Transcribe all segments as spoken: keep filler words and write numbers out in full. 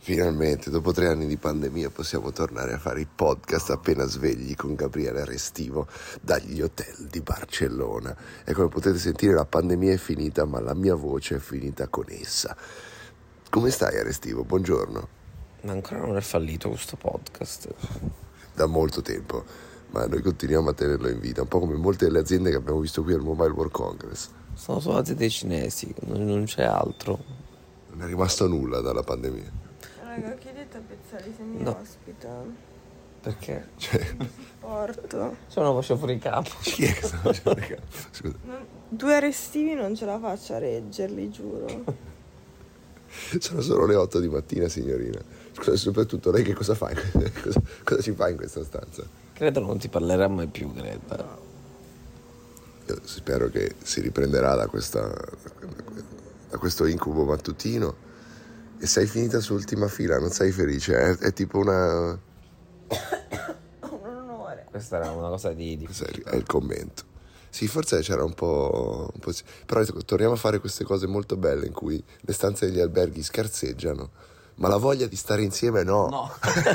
Finalmente, dopo tre anni di pandemia, possiamo tornare a fare i podcast appena svegli con Gabriele Restivo dagli hotel di Barcellona. E come potete sentire, la pandemia è finita, ma la mia voce è finita con essa. Come stai, Restivo? Buongiorno. Ma ancora non è fallito questo podcast? Da molto tempo, ma noi continuiamo a tenerlo in vita, un po' come molte delle aziende che abbiamo visto qui al Mobile World Congress. Sono solo aziende cinesi, non, non c'è altro. Non è rimasto nulla dalla pandemia. Raga, chiedete a Pezzali se mi No. ospita. Perché? Cioè, Porto. Sono una voce fuori campo. chi è che sta facendo le gambe? Scusa. Non- Due arrestivi non ce la faccio a reggerli, giuro. Sono solo le otto di mattina, signorina. Scusa, soprattutto lei che cosa fa? cosa, cosa ci fa in questa stanza? Credo non ti parlerà mai più, Greta. Io spero che si riprenderà da, questa, da questo incubo mattutino. E sei finita su ultima fila, non sei felice? È, è tipo una... Un onore. Questa era una cosa di... di... È il commento. Sì, forse c'era un po', un po'... Però ecco, torniamo a fare queste cose molto belle in cui le stanze degli alberghi scherzeggiano, ma la voglia di stare insieme no. No.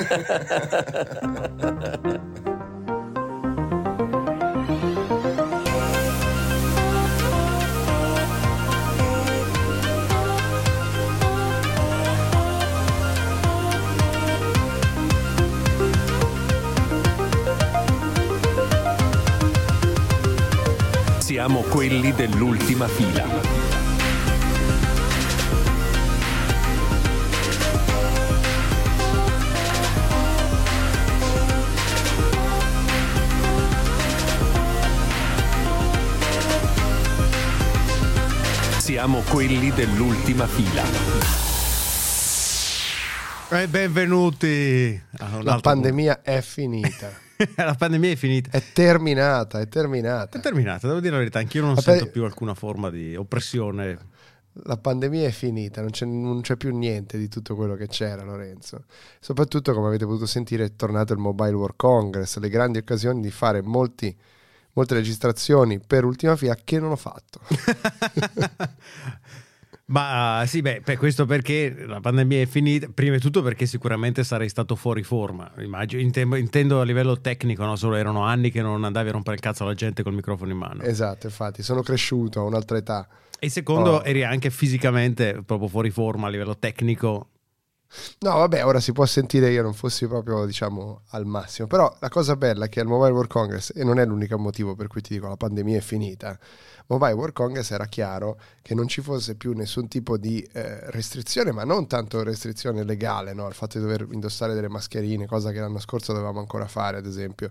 Siamo quelli dell'ultima fila. Siamo quelli dell'ultima fila. E benvenuti. a un La altro pandemia è finita. punto. La pandemia è finita. È terminata, è terminata. È terminata, devo dire la verità, anch'io non Vabbè, sento più alcuna forma di oppressione. La pandemia è finita, non c'è, non c'è più niente di tutto quello che c'era, Lorenzo. Soprattutto, come avete potuto sentire, è tornato il Mobile World Congress, le grandi occasioni di fare molti, molte registrazioni per ultima fila che non ho fatto. Ma sì, beh, per questo perché la pandemia è finita, prima di tutto perché sicuramente sarei stato fuori forma, immagino, intendo, intendo a livello tecnico, no? Solo erano anni che non andavi a rompere il cazzo alla gente col microfono in mano. Esatto, infatti, sono cresciuto a un'altra età. E secondo, Oh. eri anche fisicamente proprio fuori forma a livello tecnico. No, vabbè, ora si può sentire io non fossi proprio, diciamo, al massimo. Però la cosa bella è che al Mobile World Congress, e non è l'unico motivo per cui ti dico la pandemia è finita, Mobile World Congress era chiaro che non ci fosse più nessun tipo di eh, restrizione, ma non tanto restrizione legale, no? Il fatto di dover indossare delle mascherine, cosa che l'anno scorso dovevamo ancora fare, ad esempio,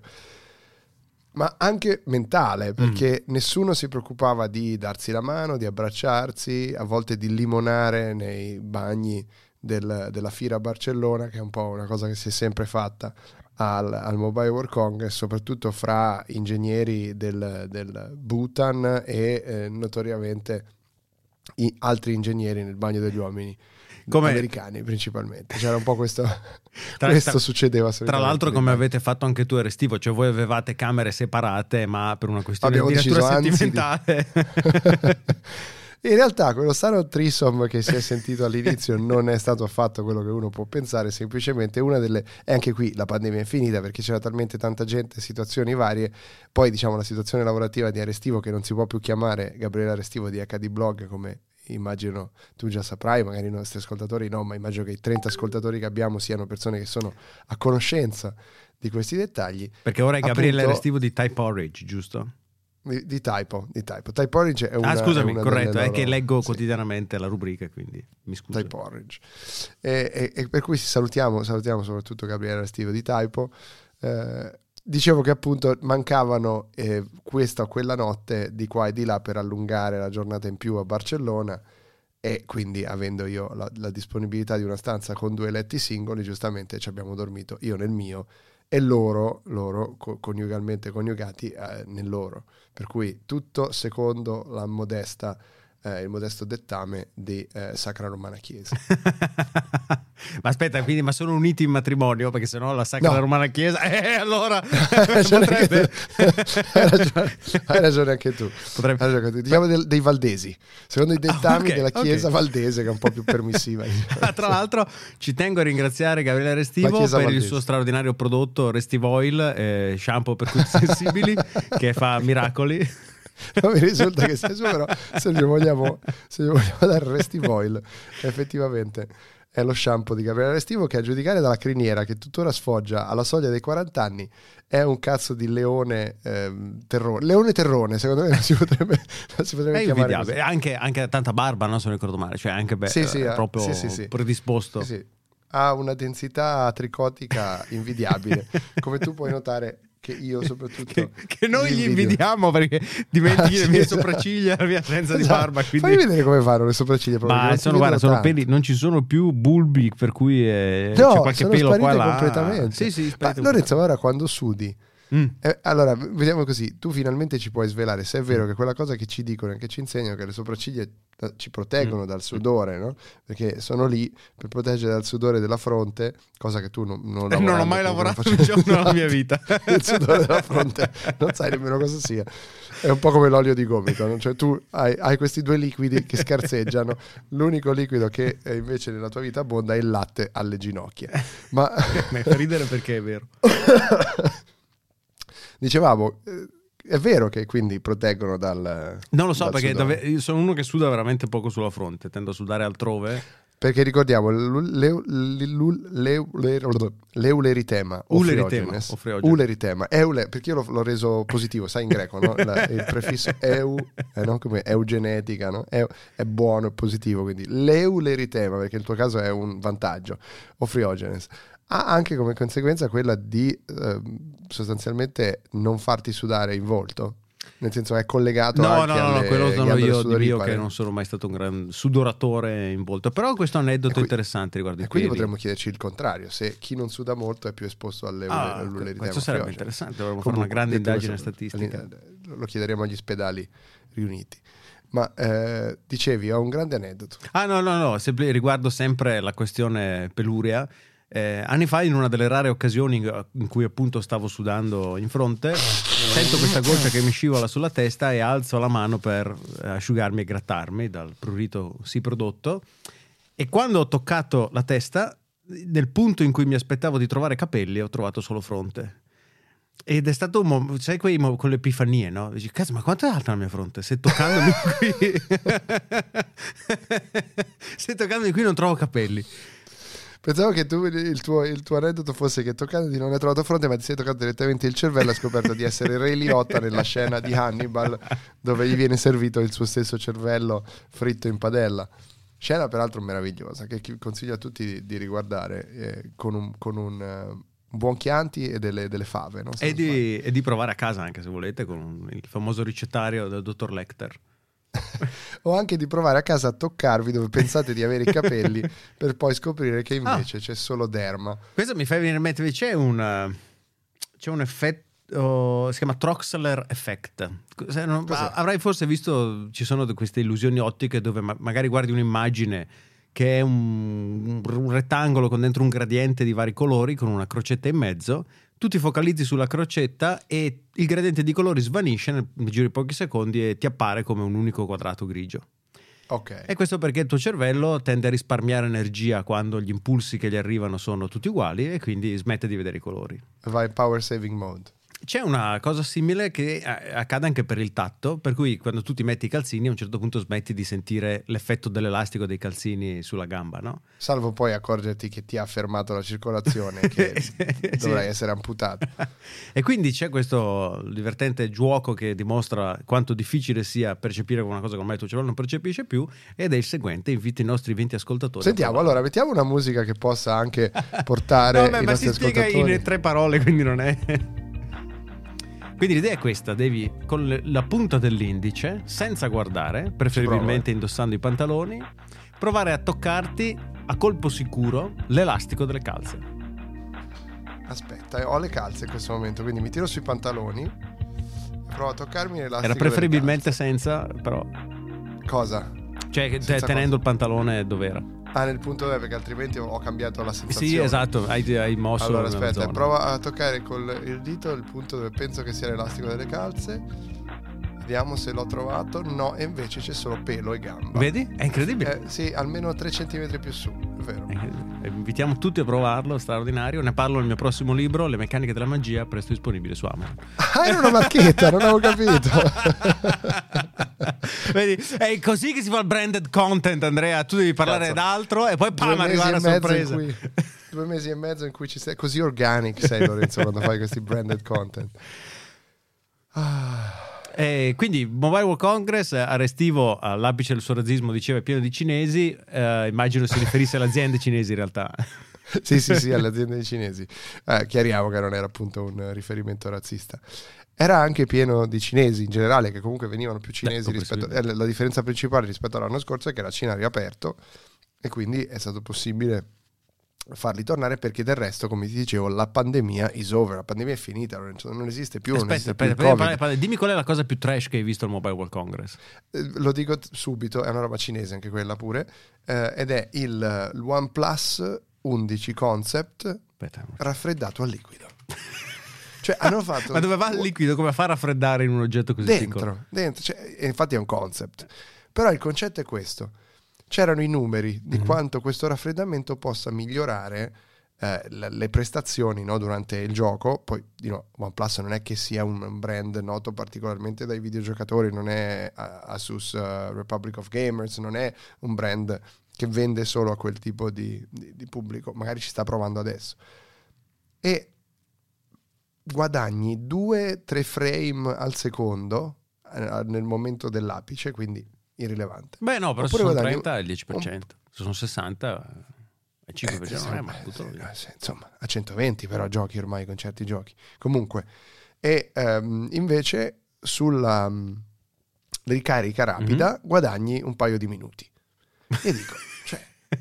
ma anche mentale, perché mm. nessuno si preoccupava di darsi la mano, di abbracciarsi, a volte di limonare nei bagni del, della Fira a Barcellona, che è un po' una cosa che si è sempre fatta al, al Mobile World Congress, soprattutto fra ingegneri del, del Bhutan e eh, notoriamente i, altri ingegneri nel bagno degli uomini. Come americani principalmente, c'era un po' questo tra, questo tra, succedeva tra l'altro, come avete fatto anche tu e Restivo, cioè voi avevate camere separate, ma per una questione abbiamo di natura deciso, sentimentale di... In realtà quello strano threesome che si è sentito all'inizio non è stato affatto quello che uno può pensare, semplicemente una delle... E anche qui la pandemia è finita perché c'era talmente tanta gente, situazioni varie, poi diciamo la situazione lavorativa di Restivo, che non si può più chiamare Gabriele Restivo di acca di Blog, come immagino tu già saprai, magari i nostri ascoltatori no, ma immagino che i trenta ascoltatori che abbiamo siano persone che sono a conoscenza di questi dettagli. Perché ora è Gabriele Appunto, Restivo di Type Orange, giusto? Di, di Typo, di Typo. Type Orange è una... Ah, scusami, è una corretto, è loro... che leggo sì. quotidianamente la rubrica, quindi mi scuso. Type Orange. E, e, e per cui salutiamo, salutiamo soprattutto Gabriele Restivo di Typo. Eh, dicevo che appunto mancavano eh, questa o quella notte di qua e di là per allungare la giornata in più a Barcellona, e quindi avendo io la, la disponibilità di una stanza con due letti singoli, giustamente ci abbiamo dormito io nel mio e loro, loro co- coniugalmente coniugati eh, nel loro, per cui tutto secondo la modesta, eh, il modesto dettame di eh, Sacra Romana Chiesa. Ma aspetta, quindi ma sono uniti in matrimonio? Perché sennò la Sacra No. Romana Chiesa eh, allora Hai ragione, potrebbe anche tu. hai, ragione, hai ragione anche tu. Potrebbe- Hai ragione anche tu. Diciamo del- dei valdesi, secondo i dettami Ah, ok, della Chiesa ok. valdese, che è un po' più permissiva. Ah, tra l'altro ci tengo a ringraziare Gabriele La Restivo per Chiesa il valdese. suo straordinario prodotto Restive Oil, eh, shampoo per cuti sensibili che fa miracoli. Non mi risulta che sia su, però se gli vogliamo, se gli vogliamo dare Restive Oil, effettivamente è lo shampoo di Gabriele Restivo, che a giudicare dalla criniera, che tuttora sfoggia alla soglia dei quaranta anni, è un cazzo di leone ehm, terrone. Leone terrone, secondo me non si potrebbe, non si potrebbe È chiamare invidiabile. così. Anche, anche tanta barba, no? Se non ricordo male, cioè anche beh, Sì, sì, è eh, proprio sì, sì, sì. predisposto. Sì, sì. Ha una densità tricotica invidiabile, come tu puoi notare che io soprattutto Che, che noi li gli invidio. invidiamo perché dimentichi Ah, le sì, mie esatto. sopracciglia, la mia assenza di Esatto. barba. Quindi... Fammi vedere come fanno le sopracciglia. proprio, che Ma non si sono, guarda, vedono sono tanto. peli, non ci sono più bulbi, per cui eh, No, c'è qualche sono pelo qua sparite e là. completamente. Sì, sì, Ma sparite Lorenzo, ora quando sudi, Mm. eh, allora vediamo così, tu finalmente ci puoi svelare se è vero che quella cosa che ci dicono e che ci insegnano, che le sopracciglia eh, ci proteggono Mm. dal sudore, no? Perché sono lì per proteggere dal sudore della fronte, cosa che tu non, non, Eh, non ho mai lavorato un giorno nella mia vita. Il sudore della fronte non sai nemmeno cosa sia. È un po' come l'olio di gomito, no? Cioè tu hai, hai questi due liquidi che scarseggiano. L'unico liquido che eh, invece nella tua vita abbonda è il latte alle ginocchia. Ma Mi fa ridere perché è vero. dicevamo, eh, è vero che quindi proteggono dal Non lo so dal perché sudore. dove- io sono uno che suda veramente poco sulla fronte, tendo a sudare altrove. Perché ricordiamo l'eu- l'eu- l'eu- l'eu- l'euleritema o Uleritema, friogenes. o friogenes. Uleritema, eule, perché io l'ho, l'ho reso positivo, sai in greco, no? La- il prefisso eu, eh, no? Come eugenetica, no? Eu- è buono, è positivo, quindi l'euleritema, perché nel tuo caso è un vantaggio, o friogenes, ha anche come conseguenza quella di eh, sostanzialmente non farti sudare in volto. Nel senso è collegato No, anche no, no, no, alle quello sono ghiandole io di sudoripare. mio che non sono mai stato un gran sudoratore in volto. Però questo aneddoto E qui- interessante riguardo i E quindi piedi. potremmo chiederci il contrario, se chi non suda molto è più esposto alle Ah, all'uleritema questo sarebbe friogenese. interessante, dovremmo fare una Comunque, grande detto indagine questo, statistica. Lo chiederemo agli ospedali riuniti. Ma eh, dicevi, ho un grande aneddoto. Ah no, no, no, sempre- riguardo sempre la questione peluria. Eh, anni fa, in una delle rare occasioni in in cui appunto stavo sudando in fronte, sento questa goccia che mi scivola sulla testa e alzo la mano per eh, asciugarmi e grattarmi dal prurito sì prodotto. E quando ho toccato la testa, nel punto in cui mi aspettavo di trovare capelli, ho trovato solo fronte. Ed è stato un mo- sai quei mo- con le epifanie, no? Dici, cazzo, ma quanto è alta la mia fronte? Se toccandomi qui se toccandomi qui non trovo capelli. Pensavo che tu il tuo, il tuo aneddoto fosse che toccandoti non hai trovato fronte, ma ti sei toccato direttamente il cervello e hai scoperto di essere Ray Liotta nella scena di Hannibal, dove gli viene servito il suo stesso cervello fritto in padella. Scena peraltro meravigliosa, che chi- consiglio a tutti di, di riguardare eh, con un, con un eh, un buon Chianti e delle, delle fave. No? Se E non sbaglio. di, e di provare a casa anche se volete con un- il famoso ricettario del dottor Lecter. O anche di provare a casa a toccarvi dove pensate di avere i capelli per poi scoprire che invece c'è solo derma. Questo mi fa venire in mente, c'è un, eh, c'è un effetto, si chiama Troxler Effect. Se non- Cos'è? avrai forse visto, ci sono queste illusioni ottiche dove ma- magari guardi un'immagine che è un, un rettangolo con dentro un gradiente di vari colori con una crocetta in mezzo. Tu ti focalizzi sulla crocetta e il gradiente di colori svanisce nel nel giro di pochi secondi e ti appare come un unico quadrato grigio. Ok. E questo perché il tuo cervello tende a risparmiare energia quando gli impulsi che gli arrivano sono tutti uguali e quindi smette di vedere i colori. Va in power saving mode. C'è una cosa simile che eh, accade anche per il tatto, per cui quando tu ti metti i calzini a un certo punto smetti di sentire l'effetto dell'elastico dei calzini sulla gamba, no? Salvo poi accorgerti che ti ha fermato la circolazione, che Sì. dovrai essere amputato. E quindi c'è questo divertente gioco che dimostra quanto difficile sia percepire una cosa che ormai il tuo cervello non percepisce più, ed è il seguente. Invito i nostri venti ascoltatori a Sentiamo, provare. allora, mettiamo una musica che possa anche portare No, beh, i ma nostri si spiega ascoltatori. in tre parole, quindi non è. Quindi l'idea è questa: devi con le- la punta dell'indice, senza guardare, preferibilmente indossando i pantaloni, provare a toccarti a colpo sicuro l'elastico delle calze. Aspetta, eh, ho le calze in questo momento, quindi mi tiro sui pantaloni e provo a toccarmi l'elastico. Era preferibilmente senza, però. delle calze. Cosa? Cioè, te- Senza tenendo il pantalone dov'era. Ah, nel punto due, perché altrimenti ho cambiato la sensazione. Sì, esatto, hai, hai mosso. Allora nella aspetta, zona. prova a toccare con il dito il punto dove penso che sia l'elastico delle calze. Vediamo se l'ho trovato. No, e invece c'è solo pelo e gamba. Vedi? È incredibile. Eh, sì, almeno tre centimetri più su, è vero. È incredibile. Invitiamo tutti a provarlo, straordinario. Ne parlo nel mio prossimo libro, Le meccaniche della magia, presto disponibile su Amazon. Ah, era una marchetta, non avevo capito. Vedi? È così che si fa il branded content, Andrea. Tu devi parlare Cazzo. d'altro e poi pam, Due mesi arrivare e a mezzo in sorpresa. cui- due mesi e mezzo in cui ci sei così organic sei, Lorenzo, quando fai questi branded content. Ah. E quindi Mobile World Congress a Restivo, all'apice del suo razzismo, diceva è pieno di cinesi. Eh, immagino si riferisse alle aziende cinesi in realtà. Sì, sì, sì, alle aziende cinesi. Eh, chiariamo che non era appunto un riferimento razzista. Era anche pieno di cinesi in generale, che comunque venivano più cinesi Beh, rispetto eh, la differenza principale rispetto all'anno scorso è che la Cina ha riaperto e quindi è stato possibile farli tornare, perché del resto, come ti dicevo, la pandemia is over, la pandemia è finita, non esiste più, non Aspetta, esiste più aspetta, il parla- Covid. parla- dimmi qual è la cosa più trash che hai visto al Mobile World Congress. Eh, lo dico t- subito, è una roba cinese anche quella pure, eh, ed è il, il OnePlus undici Concept Aspetta. raffreddato al liquido. Cioè hanno fatto Ma dove va il liquido? Come fa a raffreddare in un oggetto così piccolo? dentro, dentro cioè, e infatti è un concept, però il concetto è questo: c'erano i numeri di Mhm. quanto questo raffreddamento possa migliorare eh, le, le prestazioni, no, durante il gioco. Poi di nuovo, OnePlus non è che sia un brand noto particolarmente dai videogiocatori, non è uh, Asus uh, Republic of Gamers, non è un brand che vende solo a quel tipo di, di, di pubblico, magari ci sta provando adesso, e guadagni due tre frame al secondo eh, nel momento dell'apice, quindi irrilevante. Beh no, però se Oppure sono guadagni trenta è il dieci per cento, se sono sessanta è il cinque per cento, Eh, non è insomma, ma tutto via. eh, sì, insomma, a centoventi però giochi ormai con certi giochi. Comunque, e ehm, invece sulla um, ricarica rapida Mhm. guadagni un paio di minuti. E dico, cioè,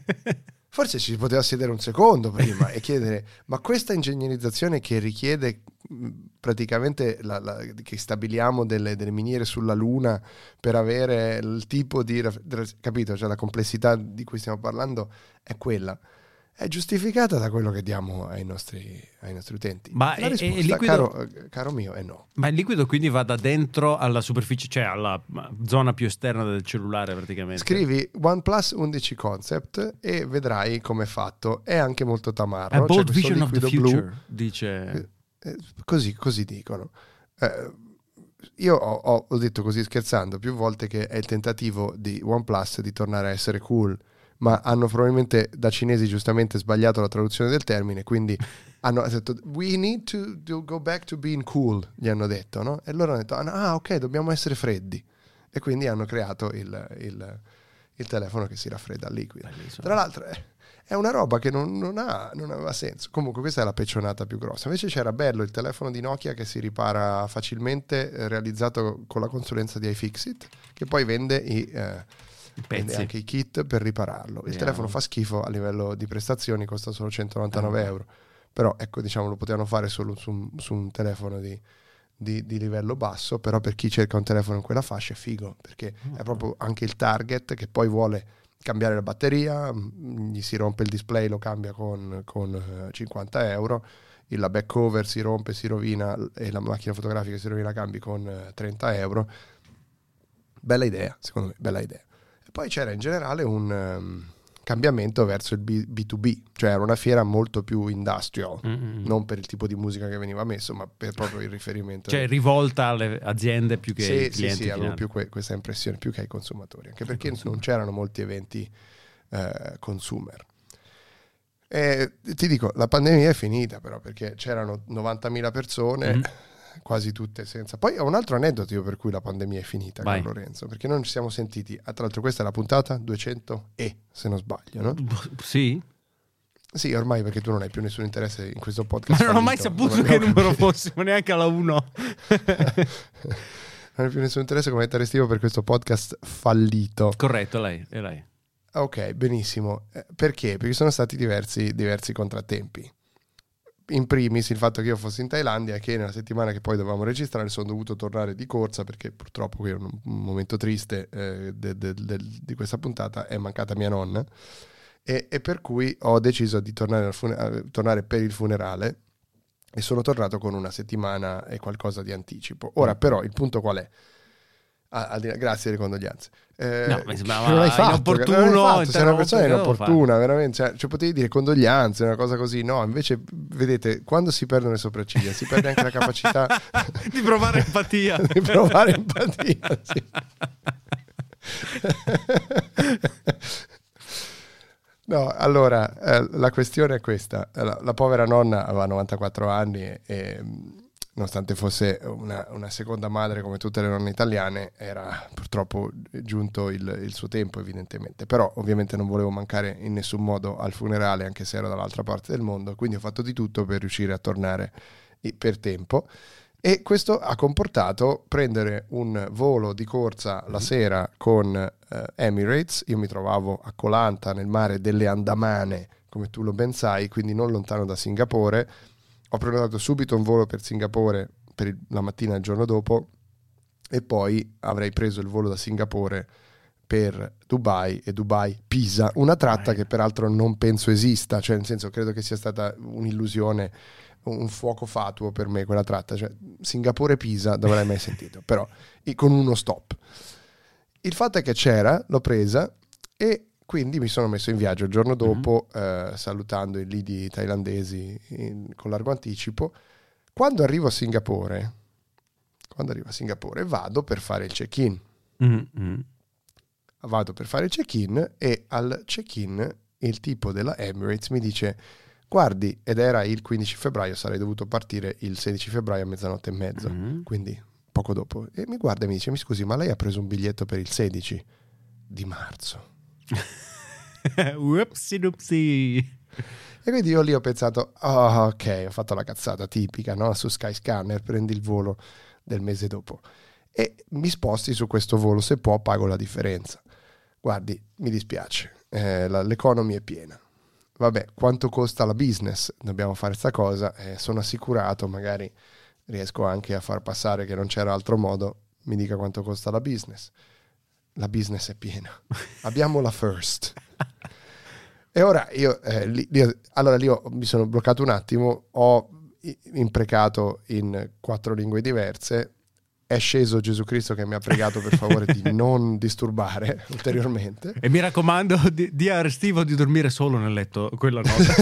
forse ci si poteva sedere un secondo prima e chiedere, ma questa ingegnerizzazione che richiede mh, praticamente la, la, che stabiliamo delle, delle miniere sulla Luna per avere il tipo di raff- capito, cioè la complessità di cui stiamo parlando è quella, è giustificata da quello che diamo ai nostri, ai nostri utenti? Ma la è- è risposta, liquido- caro, caro mio, è no. Ma il liquido quindi va da dentro alla superficie, cioè alla zona più esterna del cellulare praticamente. Scrivi OnePlus undici Concept e vedrai come è fatto. È anche molto tamarro. A C'è bold questo vision of the liquido future, blu. dice. Eh, così, così dicono. Eh, io ho, ho- ho detto così scherzando più volte che è il tentativo di OnePlus di tornare a essere cool, ma hanno probabilmente da cinesi giustamente sbagliato la traduzione del termine, quindi hanno detto we need to, to go back to being cool, gli hanno detto, no? E loro hanno detto ah ok, dobbiamo essere freddi, e quindi hanno creato il, il, il telefono che si raffredda al liquido. Bellissimo. Tra l'altro eh, è una roba che non, non, ha, non aveva senso. Comunque questa è la peccionata più grossa. Invece c'era bello il telefono di Nokia che si ripara facilmente, eh, realizzato con la consulenza di iFixit, che poi vende i, eh, I vende pezzi. anche i kit per ripararlo. Il Vediamo. telefono fa schifo a livello di prestazioni, costa solo centonovantanove Ah. euro, però ecco, diciamo, lo potevano fare solo su, un- su un telefono di, di, di livello basso, però per chi cerca un telefono in quella fascia è figo, perché è proprio anche il target che poi vuole cambiare la batteria, mh, gli si rompe il display, lo cambia con, con eh, cinquanta euro, il- la back cover si rompe, si rovina, e la macchina fotografica si rovina, cambi con eh, trenta euro. Bella idea, secondo me, bella idea. E poi c'era in generale un ehm, cambiamento verso il B- B2B, cioè era una fiera molto più industrial, Mm-mm. non per il tipo di musica che veniva messo, ma per proprio il riferimento. Cioè rivolta alle aziende più che sì, ai sì, clienti sì, avevo finali. più que- questa impressione, più che ai consumatori, anche perché non c'erano molti eventi eh, consumer. E ti dico, la pandemia è finita però, perché c'erano novantamila persone, Mhm. quasi tutte senza. Poi ho un altro aneddoto io per cui la pandemia è finita, Vai. caro Lorenzo, perché non ci siamo sentiti. Ah, tra l'altro questa è la puntata duecento e, se non sbaglio, no? Sì? Sì, ormai, perché tu non hai più nessun interesse in questo Ma podcast. non ho mai fallito, saputo come che abbiamo numero capito. fossimo, neanche alla uno. Non hai più nessun interesse come mettere estivo per questo podcast fallito. Corretto, lei, è lei. Ok, benissimo. Eh, Perché? Perché sono stati diversi, diversi contrattempi. In primis il fatto che io fossi in Thailandia e che nella settimana che poi dovevamo registrare sono dovuto tornare di corsa, perché purtroppo qui è un, un momento triste eh, de- de- del- di questa puntata, è mancata mia nonna e, e per cui ho deciso di tornare, al fune- tornare per il funerale e sono tornato con una settimana e qualcosa di anticipo. Ora però il punto qual è? Ah, al di là- grazie delle condoglianze. Eh, No, mi sembrava che non hai fatto, inopportuno, che non hai fatto, sei una interrompo, persona che devo inopportuna, veramente. Cioè, cioè, potevi dire condoglianze, una cosa così. No, invece, vedete, quando si perdono le sopracciglia, si perde anche la capacità di provare empatia. di provare empatia. Sì. No, allora, eh, la questione è questa. La, la povera nonna aveva novantaquattro anni e, e nonostante fosse una, una seconda madre come tutte le nonne italiane, era purtroppo giunto il, il suo tempo, evidentemente. Però ovviamente non volevo mancare in nessun modo al funerale, anche se ero dall'altra parte del mondo, quindi ho fatto di tutto per riuscire a tornare per tempo. E questo ha comportato prendere un volo di corsa la sera con eh, Emirates. Io mi trovavo a Koh Lanta nel mare delle Andamane, come tu lo ben sai, quindi non lontano da Singapore. Ho prenotato subito un volo per Singapore per il, la mattina il giorno dopo e poi avrei preso il volo da Singapore per Dubai e Dubai-Pisa, una tratta che peraltro non penso esista, cioè nel senso credo che sia stata un'illusione, un fuoco fatuo per me quella tratta, cioè Singapore-Pisa non l'avrei mai sentito, però con uno stop. Il fatto è che c'era, l'ho presa e quindi mi sono messo in viaggio il giorno dopo, mm-hmm. eh, salutando i lidi thailandesi in, con largo anticipo. Quando arrivo a Singapore, quando arrivo a Singapore vado per fare il check-in. Mm-hmm. Vado per fare il check-in e al check-in il tipo della Emirates mi dice: guardi, ed era il quindici febbraio, sarei dovuto partire il sedici febbraio a mezzanotte e mezzo, mm-hmm. quindi poco dopo, e mi guarda e mi dice: mi scusi, ma lei ha preso un biglietto per il sedici di marzo? Upsi dupsi. E quindi io lì ho pensato: oh, ok, ho fatto la cazzata tipica, no? Su Skyscanner prendi il volo del mese dopo e mi sposti su questo volo, se può pago la differenza. Guardi, mi dispiace, eh, la, l'economy è piena. Vabbè, quanto costa la business? Dobbiamo fare sta cosa, eh, sono assicurato, magari riesco anche a far passare che non c'era altro modo, mi dica quanto costa la business. La business è piena, abbiamo la first. E ora io, eh, lì, lì, allora lì ho, mi sono bloccato un attimo, ho imprecato in quattro lingue diverse, è sceso Gesù Cristo che mi ha pregato per favore di non disturbare ulteriormente. E mi raccomando, di, di a Restivo di dormire solo nel letto quella notte.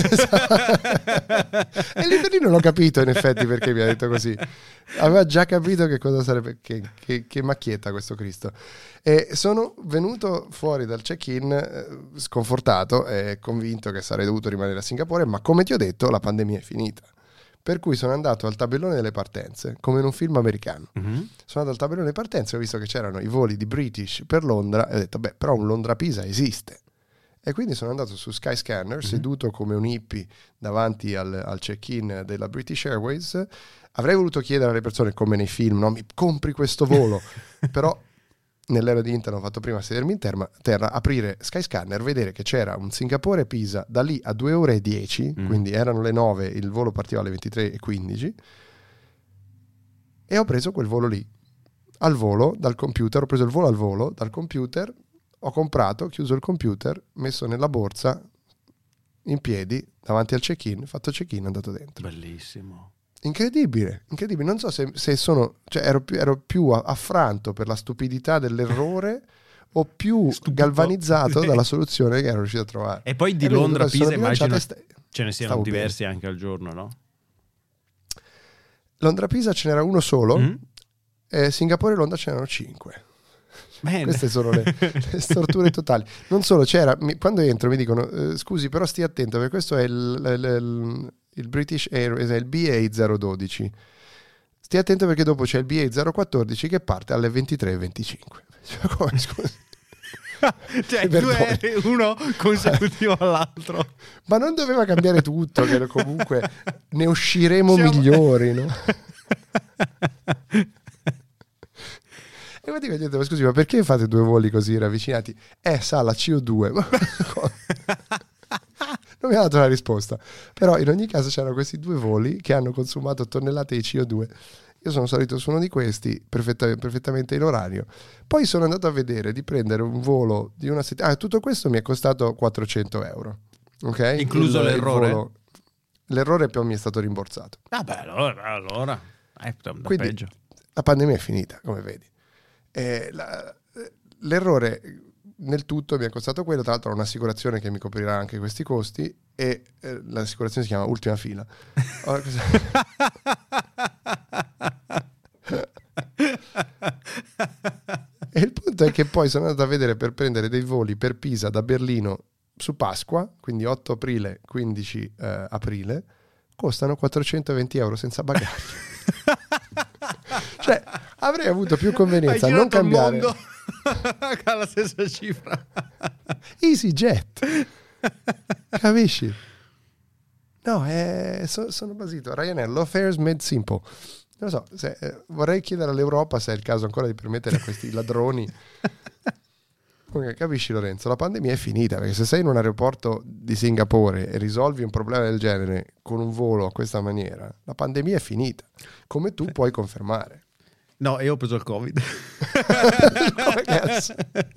E lì per lì non ho capito in effetti perché mi ha detto così. Aveva già capito che cosa sarebbe, che, che, che macchietta questo Cristo. E sono venuto fuori dal check-in eh, sconfortato e convinto che sarei dovuto rimanere a Singapore, ma come ti ho detto la pandemia è finita. Per cui sono andato al tabellone delle partenze, come in un film americano. Mm-hmm. Sono andato al tabellone delle partenze e ho visto che c'erano i voli di British per Londra e ho detto, beh, però un Londra-Pisa esiste. E quindi sono andato su Skyscanner, mm-hmm. seduto come un hippie davanti al, al check-in della British Airways. Avrei voluto chiedere alle persone, come nei film, no, mi compri questo volo? Però nell'era di internet ho fatto prima sedermi in terra, terra, aprire Skyscanner, vedere che c'era un Singapore-Pisa da lì a due ore e dieci, mm. quindi erano le nove, il volo partiva alle ventitré e quindici, e ho preso quel volo lì. Al volo, dal computer, ho preso il volo al volo, dal computer, ho comprato, chiuso il computer, messo nella borsa, in piedi, davanti al check-in, fatto check-in, andato dentro. Bellissimo. Incredibile, incredibile. Non so se, se sono, cioè ero più, ero più affranto per la stupidità dell'errore o più Stupito. galvanizzato dalla soluzione che ero riuscito a trovare. E poi di e Londra a Pisa immagino sta- ce ne siano diversi bene. Anche al giorno, no? Londra Pisa ce n'era uno solo, mm-hmm. e Singapore e Londra ce n'erano cinque. Bene. Queste sono le, le storture totali. Non solo, c'era, mi, quando entro mi dicono eh, scusi però stia attento perché questo è il, il, il il British Airways, è il B A zero dodici, stia attento perché dopo c'è il B A zero quattordici che parte alle ventitré e venticinque. Cioè, come, scusi? Cioè due aerei, uno consecutivo all'altro. Ma non doveva cambiare tutto, che comunque ne usciremo Siamo... migliori, no? E poi dico, ma scusi, ma perché fate due voli così ravvicinati? Eh, sa, la C O due. Non mi ha dato la risposta, però in ogni caso c'erano questi due voli che hanno consumato tonnellate di C O due Io sono salito su uno di questi perfetta- perfettamente in orario. Poi sono andato a vedere di prendere un volo di una settimana. Ah, tutto questo mi è costato quattrocento euro. Ok? Incluso Il- il l'errore? volo- L'errore poi mi è stato rimborsato. Vabbè, allora, allora. Eh, da Quindi peggio. la pandemia è finita, come vedi. Eh, la- l'errore nel tutto mi è costato quello, tra l'altro ho un'assicurazione che mi coprirà anche questi costi e eh, l'assicurazione si chiama Ultima Fila. Ora, cosa- e il punto è che poi sono andato a vedere per prendere dei voli per Pisa da Berlino su Pasqua, quindi otto aprile, quindici eh, aprile, costano quattrocentoventi euro senza bagaglio. Cioè, avrei avuto più convenienza a non cambiare. Il mondo con la stessa cifra. EasyJet, capisci? No, è, so- sono basito. Ryanair, low fares made simple. Non lo so, se, eh, vorrei chiedere all'Europa se è il caso ancora di permettere a questi ladroni. Comunque, capisci Lorenzo, la pandemia è finita, perché se sei in un aeroporto di Singapore e risolvi un problema del genere con un volo a questa maniera, la pandemia è finita, come tu puoi confermare. No, io ho preso il Covid. Come cazzo?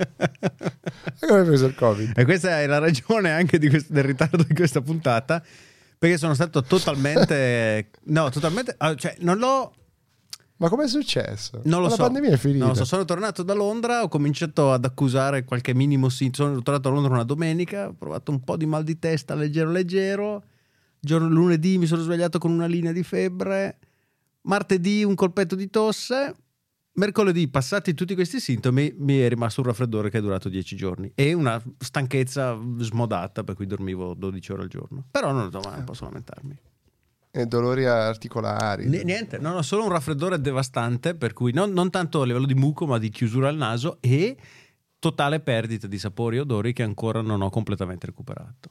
E come hai preso il Covid? E questa è la ragione anche di questo, del ritardo di questa puntata, perché sono stato totalmente no, totalmente ah, cioè non l'ho Ma com'è successo? non lo Ma so. La pandemia è finita. Non lo so, sono tornato da Londra, ho cominciato ad accusare qualche minimo sintomo. Sono tornato a Londra una domenica, ho provato un po' di mal di testa leggero leggero. Giorno lunedì mi sono svegliato con una linea di febbre. Martedì un colpetto di tosse. Mercoledì, passati tutti questi sintomi, mi è rimasto un raffreddore che è durato dieci giorni e una stanchezza smodata, per cui dormivo dodici ore al giorno. Però non, non posso lamentarmi. E dolori articolari. N- niente, no, no, solo un raffreddore devastante, per cui non, non tanto a livello di muco, ma di chiusura al naso e totale perdita di sapori e odori che ancora non ho completamente recuperato.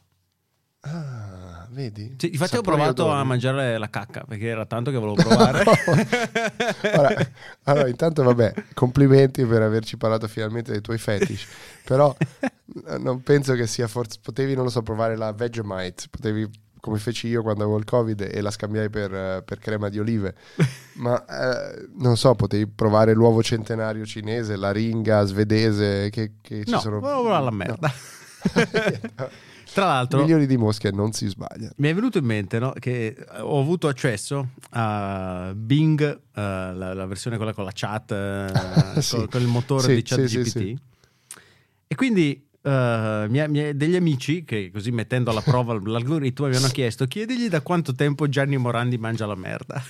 Ah, vedi? Sì, infatti Sapori ho provato odori. a mangiare la cacca perché era tanto che volevo provare. Allora, allora, intanto vabbè, complimenti per averci parlato finalmente dei tuoi fetish, però eh, non penso che sia forse, potevi non lo so provare la Vegemite, potevi come feci io quando avevo il Covid e la scambiai per, eh, per crema di olive, ma eh, non so, potevi provare l'uovo centenario cinese, la ringa svedese che, che ci No, sono volevo la merda. No. Tra l'altro Milioni di mosche, non si sbaglia. mi è venuto in mente, no, che ho avuto accesso a Bing, uh, la, la versione quella con la chat, uh, Sì. con, con il motore Sì, di ChatGPT. sì, sì, sì. E quindi uh, mi- mi- degli amici che così mettendo alla prova l'algoritmo mi hanno chiesto: chiedigli da quanto tempo Gianni Morandi mangia la merda.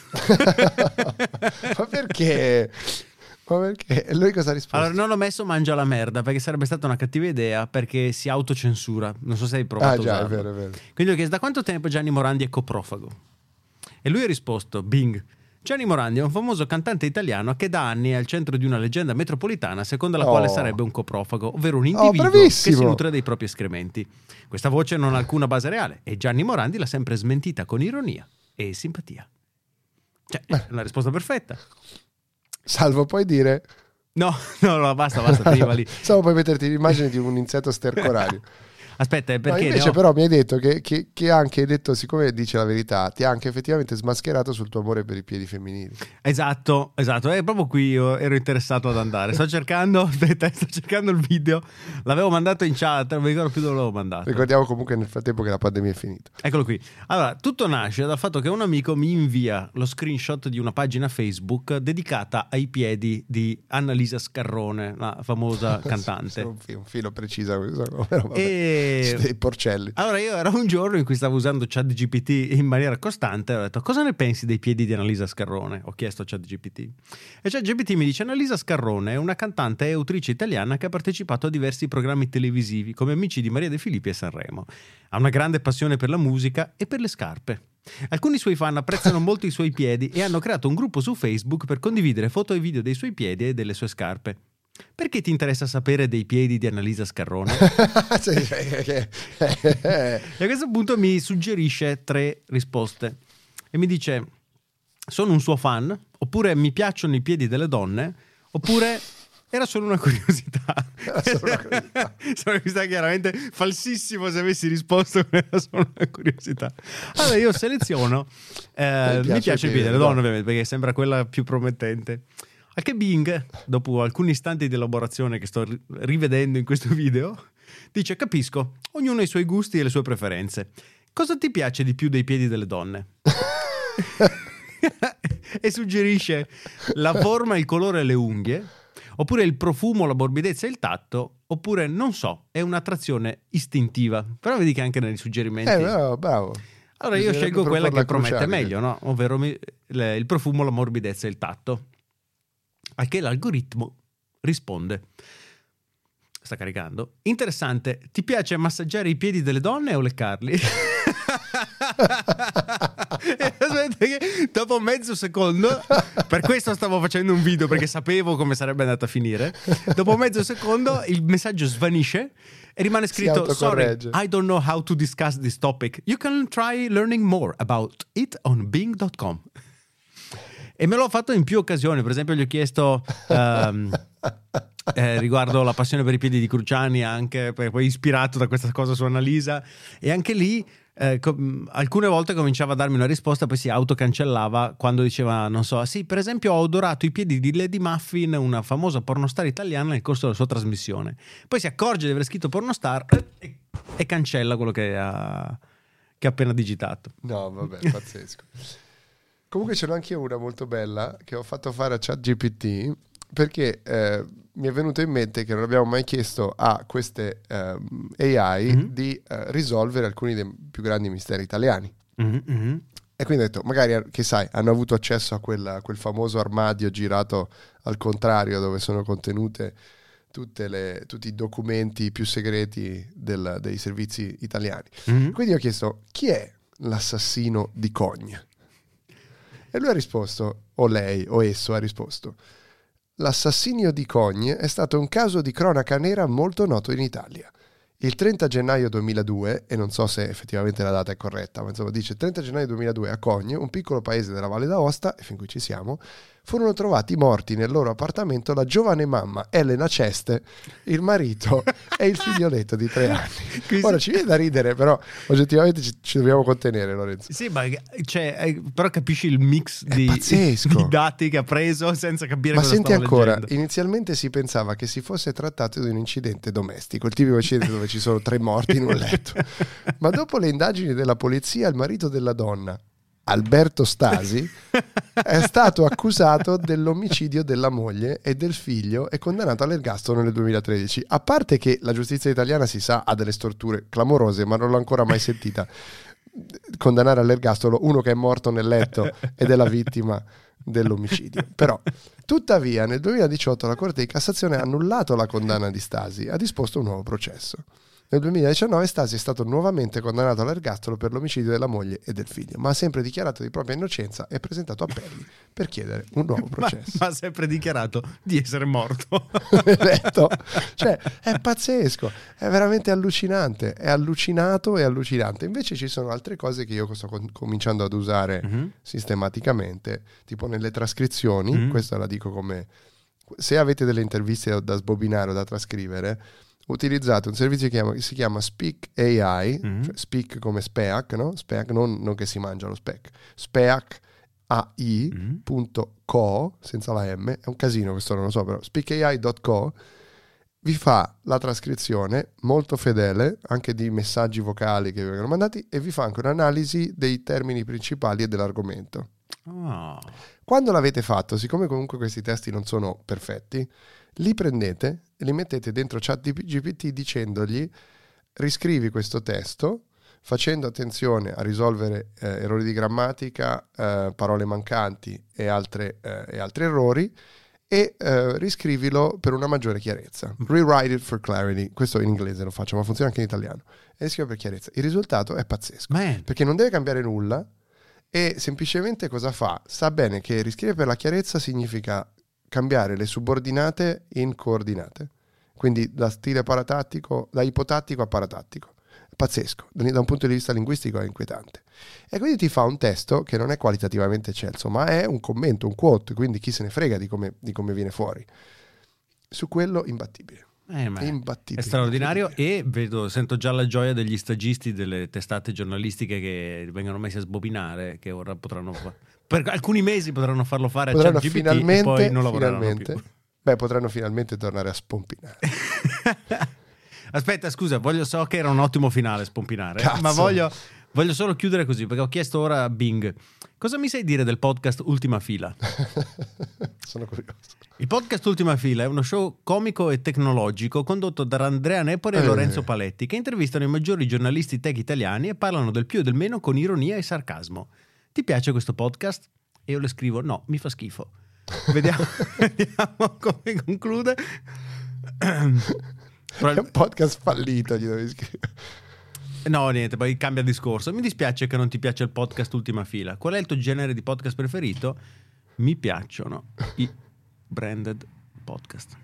Ma perché? Ma perché? E lui cosa ha risposto? Allora non ho messo mangia la merda perché sarebbe stata una cattiva idea, perché si autocensura. Non so se hai provato ah a già, è usarlo. vero, è vero. Quindi ho chiesto: da quanto tempo Gianni Morandi è coprofago? E lui ha risposto: Bing. Gianni Morandi è un famoso cantante italiano che da anni è al centro di una leggenda metropolitana secondo la Oh. quale sarebbe un coprofago, ovvero un individuo che bravissimo! si nutre dei propri escrementi. Questa voce non ha alcuna base reale e Gianni Morandi l'ha sempre smentita con ironia e simpatia. Cioè, è una risposta perfetta. Salvo poi dire... No, no, no, basta, basta, finiva lì. Stavo poi metterti l'immagine di un insetto stercorario. Aspetta, è No, perché invece ne ho- però mi hai detto che, che, che anche hai detto, siccome dice la verità, ti ha anche effettivamente smascherato sul tuo amore per i piedi femminili. Esatto, esatto, è proprio qui io ero interessato ad andare. Sto cercando, aspetta, sto cercando il video. L'avevo mandato in chat, non mi ricordo più dove l'avevo mandato. Ricordiamo comunque nel frattempo che la pandemia è finita. Eccolo qui. Allora, tutto nasce dal fatto che un amico mi invia lo screenshot di una pagina Facebook dedicata ai piedi di Annalisa Scarrone, la famosa cantante. Sono un, filo, un filo preciso questo, però vabbè. E Dei porcelli. allora io era un giorno in cui stavo usando ChatGPT in maniera costante e ho detto: cosa ne pensi dei piedi di Annalisa Scarrone? Ho chiesto a ChatGPT e ChatGPT mi dice: Annalisa Scarrone è una cantante e autrice italiana che ha partecipato a diversi programmi televisivi come Amici di Maria De Filippi e Sanremo. Ha una grande passione per la musica e per le scarpe. Alcuni suoi fan apprezzano molto i suoi piedi e hanno creato un gruppo su Facebook per condividere foto e video dei suoi piedi e delle sue scarpe. Perché ti interessa sapere dei piedi di Annalisa Scarrone? Sì, che- E a questo punto mi suggerisce tre risposte e mi dice: sono un suo fan, oppure mi piacciono i piedi delle donne, oppure Era solo una curiosità. Era solo una curiosità. Solo una curiosità, chiaramente falsissimo se avessi risposto che era solo una curiosità. Allora io seleziono, eh, mi piace il piede delle donne ovviamente perché sembra quella più promettente. Al che Bing, dopo alcuni istanti di elaborazione che sto rivedendo in questo video, dice: capisco, ognuno ha i suoi gusti e le sue preferenze. Cosa ti piace di più dei piedi delle donne? E suggerisce la forma, il colore e le unghie, oppure il profumo, la morbidezza e il tatto, oppure non so, è un'attrazione istintiva. Però vedi che anche nei suggerimenti... Eh, bravo, bravo. Allora io scelgo quella che promette meglio, no? Ovvero mi, le, il profumo, la morbidezza e il tatto. A che l'algoritmo risponde: sta caricando. Interessante, ti piace massaggiare i piedi delle donne o leccarli? E aspetta che dopo mezzo secondo, per questo stavo facendo un video perché sapevo come sarebbe andata a finire, dopo mezzo secondo il messaggio svanisce e rimane scritto: sorry, I don't know how to discuss this topic, you can try learning more about it on bing dot com. E me l'ho fatto in più occasioni. Per esempio gli ho chiesto um, eh, riguardo la passione per i piedi di Cruciani, anche perché poi ispirato da questa cosa su Annalisa, e anche lì eh, com- alcune volte cominciava a darmi una risposta, poi si autocancellava quando diceva, non so, sì, per esempio ho adorato i piedi di Lady Muffin, una famosa pornostar italiana, nel corso della sua trasmissione. Poi si accorge di aver scritto pornostar e, e cancella quello che ha, che ha appena digitato. No, vabbè, pazzesco. Comunque ce n'ho anche una molto bella che ho fatto fare a ChatGPT, perché eh, mi è venuto in mente che non abbiamo mai chiesto a queste eh, A I mm-hmm. di eh, risolvere alcuni dei più grandi misteri italiani. Mm-hmm. E quindi ho detto, magari, che sai, hanno avuto accesso a quella, quel famoso armadio girato al contrario, dove sono contenute tutte le, tutti i documenti più segreti del, dei servizi italiani. Mm-hmm. Quindi ho chiesto, chi è l'assassino di Cogne? E lui ha risposto, o lei, o esso ha risposto: l'assassinio di Cogne è stato un caso di cronaca nera molto noto in Italia. Il trenta gennaio duemiladue, e non so se effettivamente la data è corretta, ma insomma dice trenta gennaio duemiladue a Cogne, un piccolo paese della Valle d'Aosta, e fin qui ci siamo, furono trovati morti nel loro appartamento la giovane mamma Elena Ceste, il marito e il figlioletto di tre anni. Ora ci viene da ridere, però oggettivamente ci, ci dobbiamo contenere, Lorenzo. Sì, ma cioè, però capisci il mix di, di dati che ha preso senza capire ma cosa senti stava ancora, leggendo. Inizialmente si pensava che si fosse trattato di un incidente domestico, il tipico incidente dove ci sono tre morti in un letto. Ma dopo le indagini della polizia, il marito della donna, Alberto Stasi, è stato accusato dell'omicidio della moglie e del figlio e condannato all'ergastolo nel duemilatredici. A parte che la giustizia italiana, si sa, ha delle storture clamorose, ma non l'ho ancora mai sentita condannare all'ergastolo uno che è morto nel letto ed è la vittima dell'omicidio. Però tuttavia nel duemiladiciotto la Corte di Cassazione ha annullato la condanna di Stasi, ha disposto un nuovo processo. Nel duemiladiciannove Stasi è stato nuovamente condannato all'ergastolo per l'omicidio della moglie e del figlio, ma ha sempre dichiarato di propria innocenza e presentato appelli per chiedere un nuovo processo. Ma, ma ha sempre dichiarato di essere morto. Detto, cioè, è pazzesco, è veramente allucinante, è allucinato e allucinante. Invece ci sono altre cose che io sto com- cominciando ad usare mm-hmm. sistematicamente, tipo nelle trascrizioni, mm-hmm. questa la dico come... Se avete delle interviste da sbobinare o da trascrivere, utilizzate un servizio che, chiama, che si chiama Speak A I, mm-hmm. cioè Speak come Speak, no? Speak non, non che si mangia lo speck, Speak A I punto co, senza la M, è un casino questo, non lo so, però speak A I punto co vi fa la trascrizione molto fedele anche di messaggi vocali che vi vengono mandati e vi fa anche un'analisi dei termini principali e dell'argomento. Oh. Quando l'avete fatto, siccome comunque questi testi non sono perfetti, li prendete e li mettete dentro ChatGPT dicendogli: riscrivi questo testo facendo attenzione a risolvere eh, errori di grammatica, eh, parole mancanti e, altre, eh, e altri errori, e eh, riscrivilo per una maggiore chiarezza. Rewrite it for clarity. Questo in inglese lo faccio, ma funziona anche in italiano. E riscrivo per chiarezza. Il risultato è pazzesco, Man. perché non deve cambiare nulla e semplicemente cosa fa? Sa bene che riscrivere per la chiarezza significa cambiare le subordinate in coordinate, quindi da stile paratattico, da ipotattico a paratattico. Pazzesco, da un punto di vista linguistico è inquietante. E quindi ti fa un testo che non è qualitativamente eccelso, ma è un commento, un quote, quindi chi se ne frega di come, di come viene fuori. Su quello imbattibile. Eh, ma Imbattibile. è straordinario e vedo, sento già la gioia degli stagisti delle testate giornalistiche che vengono messi a sbobinare, che ora potranno fa- per alcuni mesi potranno farlo fare Potranno a ChatGPT e finalmente, poi non lavoreranno finalmente, più. beh, potranno finalmente tornare a spompinare. Aspetta, scusa, voglio, so che era un ottimo finale spompinare, Cazzo. ma voglio, voglio solo chiudere così, perché ho chiesto ora a Bing, cosa mi sai dire del podcast Ultima Fila? Sono curioso. Il podcast Ultima Fila è uno show comico e tecnologico condotto da Andrea Nepore e Eh. Lorenzo Paletti, che intervistano i maggiori giornalisti tech italiani e parlano del più e del meno con ironia e sarcasmo. Ti piace questo podcast? E io le scrivo, no, mi fa schifo. Vediamo, vediamo come conclude. È un podcast fallito, gli devi scrivere. No, niente, poi cambia discorso. Mi dispiace che non ti piace il podcast Ultima Fila. Qual è il tuo genere di podcast preferito? Mi piacciono i branded podcast.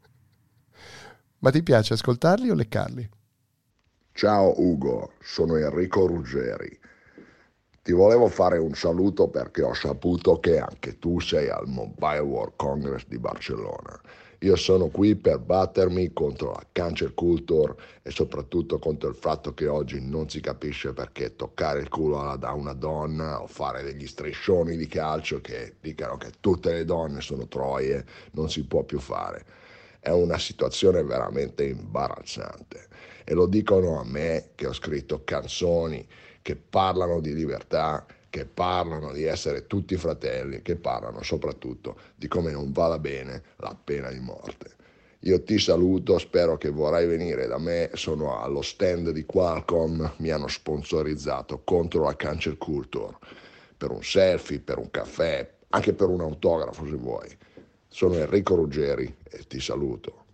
Ma ti piace ascoltarli o leccarli? Ciao Ugo, sono Enrico Ruggeri. Ti volevo fare un saluto perché ho saputo che anche tu sei al Mobile World Congress di Barcellona. Io sono qui per battermi contro la cancel culture e soprattutto contro il fatto che oggi non si capisce perché toccare il culo alla- da una donna o fare degli striscioni di calcio che dicano che tutte le donne sono troie non si può più fare. È una situazione veramente imbarazzante e lo dicono a me che ho scritto canzoni che parlano di libertà, che parlano di essere tutti fratelli, che parlano soprattutto di come non vada bene la pena di morte. Io ti saluto, spero che vorrai venire da me, sono allo stand di Qualcomm, mi hanno sponsorizzato contro la cancel culture, per un selfie, per un caffè, anche per un autografo se vuoi. Sono Enrico Ruggeri e ti saluto.